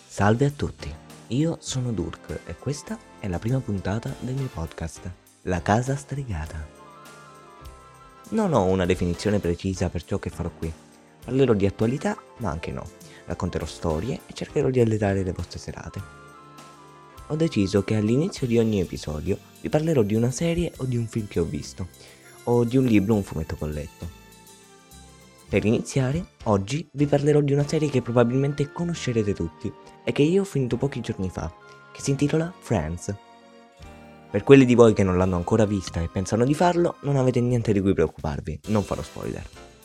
Salve a tutti, io sono Durk e questa è la prima puntata del mio podcast, La Casa Stregata. Non ho una definizione precisa per ciò che farò qui. Parlerò di attualità, ma anche no. Racconterò storie e cercherò di alletare le vostre serate. Ho deciso che all'inizio di ogni episodio vi parlerò di una serie o di un film che ho visto, o di un libro o un fumetto che ho letto. Per iniziare, oggi vi parlerò di una serie che probabilmente conoscerete tutti e che io ho finito pochi giorni fa, che si intitola Friends. Per quelli di voi che non l'hanno ancora vista e pensano di farlo, non avete niente di cui preoccuparvi, non farò spoiler.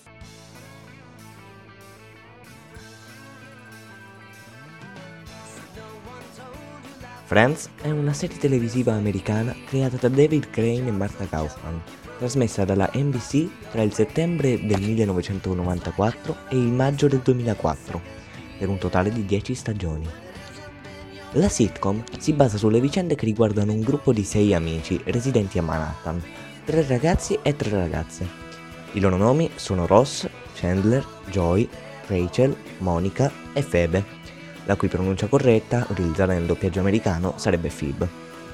Friends è una serie televisiva americana creata da David Crane e Martha Kaufman, trasmessa dalla NBC tra il settembre del 1994 e il maggio del 2004, per un totale di 10 stagioni. La sitcom si basa sulle vicende che riguardano un gruppo di 6 amici residenti a Manhattan, 3 ragazzi e 3 ragazze. I loro nomi sono Ross, Chandler, Joey, Rachel, Monica e Phoebe, la cui pronuncia corretta, utilizzata nel doppiaggio americano, sarebbe Phoebe.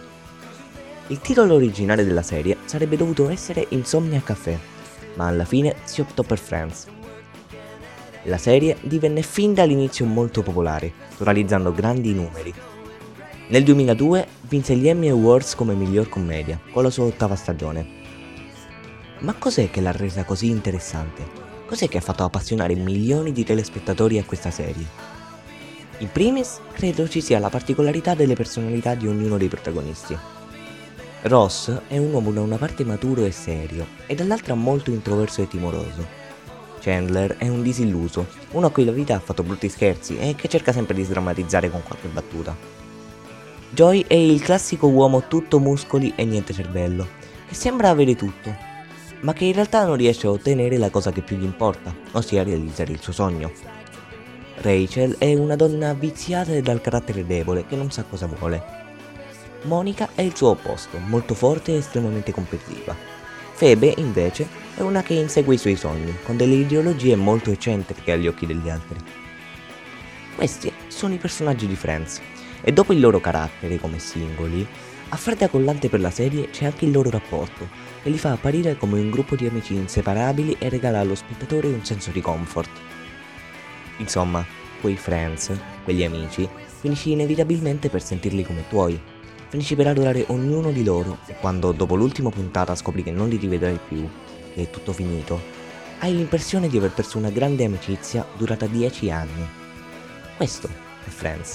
Il titolo originale della serie sarebbe dovuto essere Insomnia Café, ma alla fine si optò per Friends. La serie divenne fin dall'inizio molto popolare, totalizzando grandi numeri. Nel 2002 vinse gli Emmy Awards come miglior commedia, con la sua 8ª stagione. Ma cos'è che l'ha resa così interessante? Cos'è che ha fatto appassionare milioni di telespettatori a questa serie? In primis, credo ci sia la particolarità delle personalità di ognuno dei protagonisti. Ross è un uomo da una parte maturo e serio, e dall'altra molto introverso e timoroso. Chandler è un disilluso, uno a cui la vita ha fatto brutti scherzi e che cerca sempre di sdrammatizzare con qualche battuta. Joey è il classico uomo tutto muscoli e niente cervello, che sembra avere tutto, ma che in realtà non riesce a ottenere la cosa che più gli importa, ossia realizzare il suo sogno. Rachel è una donna viziata e dal carattere debole che non sa cosa vuole. Monica è il suo opposto, molto forte e estremamente competitiva. Phoebe, invece, è una che insegue i suoi sogni, con delle ideologie molto eccentriche agli occhi degli altri. Questi sono i personaggi di Friends, e dopo il loro carattere come singoli, a far da collante per la serie c'è anche il loro rapporto, che li fa apparire come un gruppo di amici inseparabili e regala allo spettatore un senso di comfort. Insomma, quei Friends, quegli amici, finisci inevitabilmente per sentirli come tuoi. Finisci per adorare ognuno di loro e quando dopo l'ultima puntata scopri che non li rivedrai più, che è tutto finito, hai l'impressione di aver perso una grande amicizia durata 10 anni. Questo è Friends.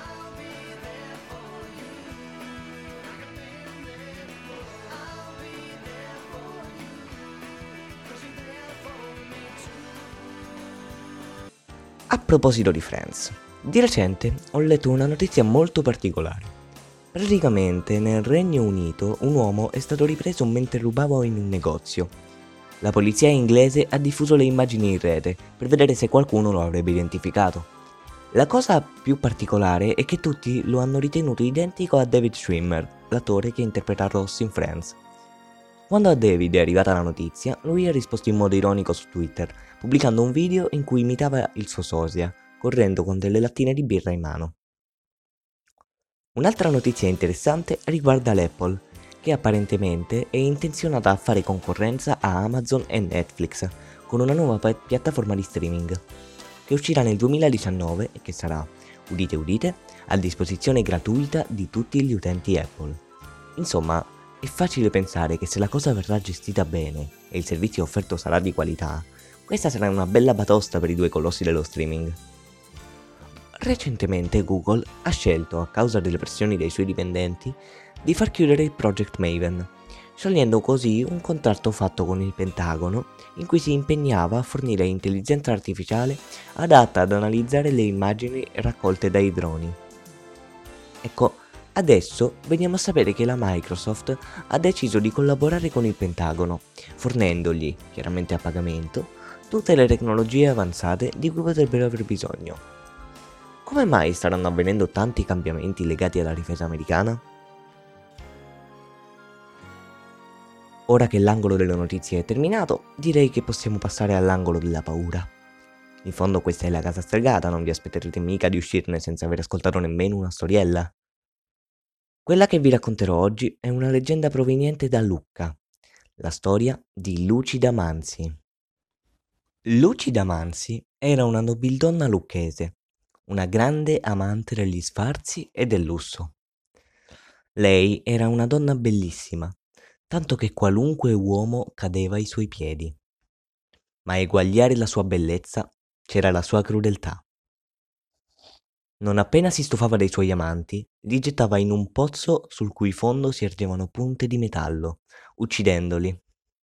A proposito di Friends, di recente ho letto una notizia molto particolare. Praticamente nel Regno Unito un uomo è stato ripreso mentre rubava in un negozio. La polizia inglese ha diffuso le immagini in rete per vedere se qualcuno lo avrebbe identificato. La cosa più particolare è che tutti lo hanno ritenuto identico a David Schwimmer, l'attore che interpreta Ross in Friends. Quando a David è arrivata la notizia, lui ha risposto in modo ironico su Twitter, pubblicando un video in cui imitava il suo sosia, correndo con delle lattine di birra in mano. Un'altra notizia interessante riguarda l'Apple, che apparentemente è intenzionata a fare concorrenza a Amazon e Netflix con una nuova piattaforma di streaming, che uscirà nel 2019 e che sarà, udite udite, a disposizione gratuita di tutti gli utenti Apple. Insomma, è facile pensare che se la cosa verrà gestita bene e il servizio offerto sarà di qualità, questa sarà una bella batosta per i due colossi dello streaming. Recentemente Google ha scelto, a causa delle pressioni dei suoi dipendenti, di far chiudere il Project Maven, sciogliendo così un contratto fatto con il Pentagono in cui si impegnava a fornire intelligenza artificiale adatta ad analizzare le immagini raccolte dai droni. Ecco, adesso veniamo a sapere che la Microsoft ha deciso di collaborare con il Pentagono, fornendogli, chiaramente a pagamento, tutte le tecnologie avanzate di cui potrebbero aver bisogno. Come mai staranno avvenendo tanti cambiamenti legati alla difesa americana? Ora che l'angolo delle notizie è terminato, direi che possiamo passare all'angolo della paura. In fondo questa è la casa stregata, non vi aspetterete mica di uscirne senza aver ascoltato nemmeno una storiella. Quella che vi racconterò oggi è una leggenda proveniente da Lucca, la storia di Lucida Mansi. Lucida Mansi era una nobildonna lucchese, una grande amante degli sfarzi e del lusso. Lei era una donna bellissima, tanto che qualunque uomo cadeva ai suoi piedi. Ma a eguagliare la sua bellezza c'era la sua crudeltà. Non appena si stufava dei suoi amanti, li gettava in un pozzo sul cui fondo si ergevano punte di metallo, uccidendoli.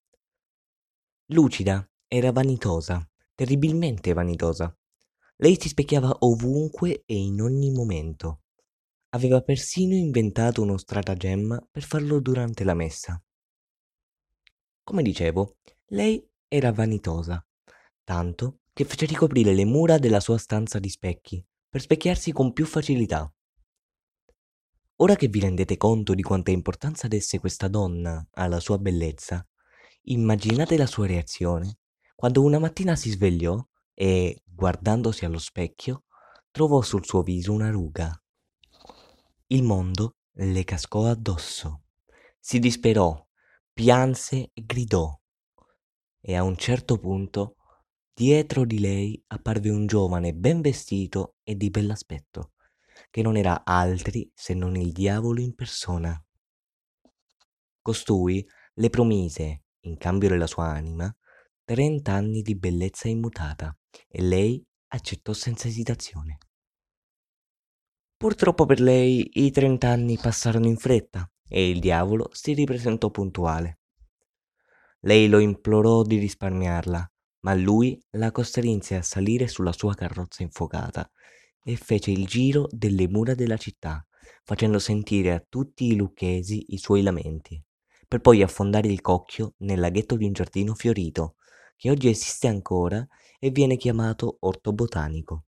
Lucida era vanitosa, terribilmente vanitosa. Lei si specchiava ovunque e in ogni momento. Aveva persino inventato uno stratagemma per farlo durante la messa. Come dicevo, lei era vanitosa, tanto che fece ricoprire le mura della sua stanza di specchi, per specchiarsi con più facilità. Ora che vi rendete conto di quanta importanza desse questa donna alla sua bellezza, immaginate la sua reazione quando una mattina si svegliò e, guardandosi allo specchio, trovò sul suo viso una ruga. Il mondo le cascò addosso. Si disperò, pianse e gridò. E a un certo punto, dietro di lei apparve un giovane ben vestito e di bell'aspetto, che non era altri se non il diavolo in persona. Costui le promise, in cambio della sua anima, 30 anni di bellezza immutata, e lei accettò senza esitazione. Purtroppo per lei i 30 anni passarono in fretta e il diavolo si ripresentò puntuale. Lei lo implorò di risparmiarla, ma lui la costrinse a salire sulla sua carrozza infuocata e fece il giro delle mura della città, facendo sentire a tutti i lucchesi i suoi lamenti, per poi affondare il cocchio nel laghetto di un giardino fiorito, che oggi esiste ancora e viene chiamato Orto Botanico.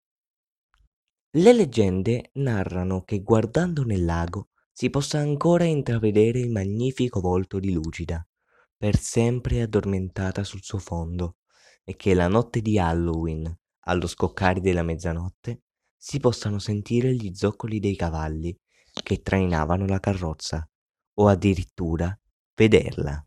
Le leggende narrano che guardando nel lago si possa ancora intravedere il magnifico volto di Lucida, per sempre addormentata sul suo fondo, e che la notte di Halloween, allo scoccare della mezzanotte, si possano sentire gli zoccoli dei cavalli che trainavano la carrozza, o addirittura vederla.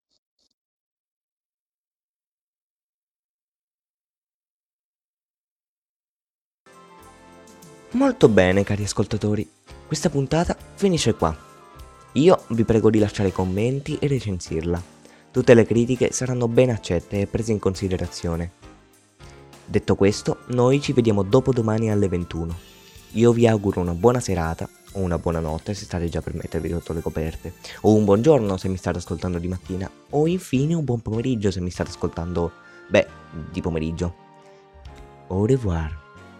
Molto bene, cari ascoltatori, questa puntata finisce qua. Io vi prego di lasciare commenti e recensirla. Tutte le critiche saranno ben accette e prese in considerazione. Detto questo, noi ci vediamo dopodomani alle 21. Io vi auguro una buona serata, o una buona notte se state già per mettervi sotto le coperte, o un buongiorno se mi state ascoltando di mattina, o infine un buon pomeriggio se mi state ascoltando, di pomeriggio. Au revoir.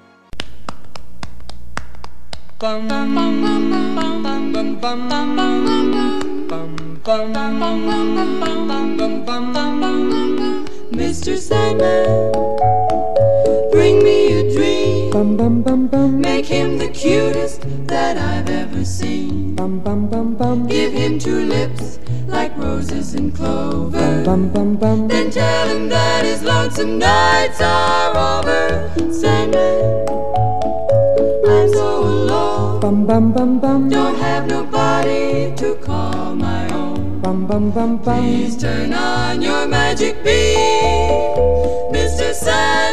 Mr. Sandman, bring me a dream. Make him the cutest that I've ever seen. Give him 2 lips like roses and clover. Then tell him that his lonesome nights are over. Sandman, I'm so alone. Don't have nobody to call my own. Please turn on your magic beam, Mr. Sandman.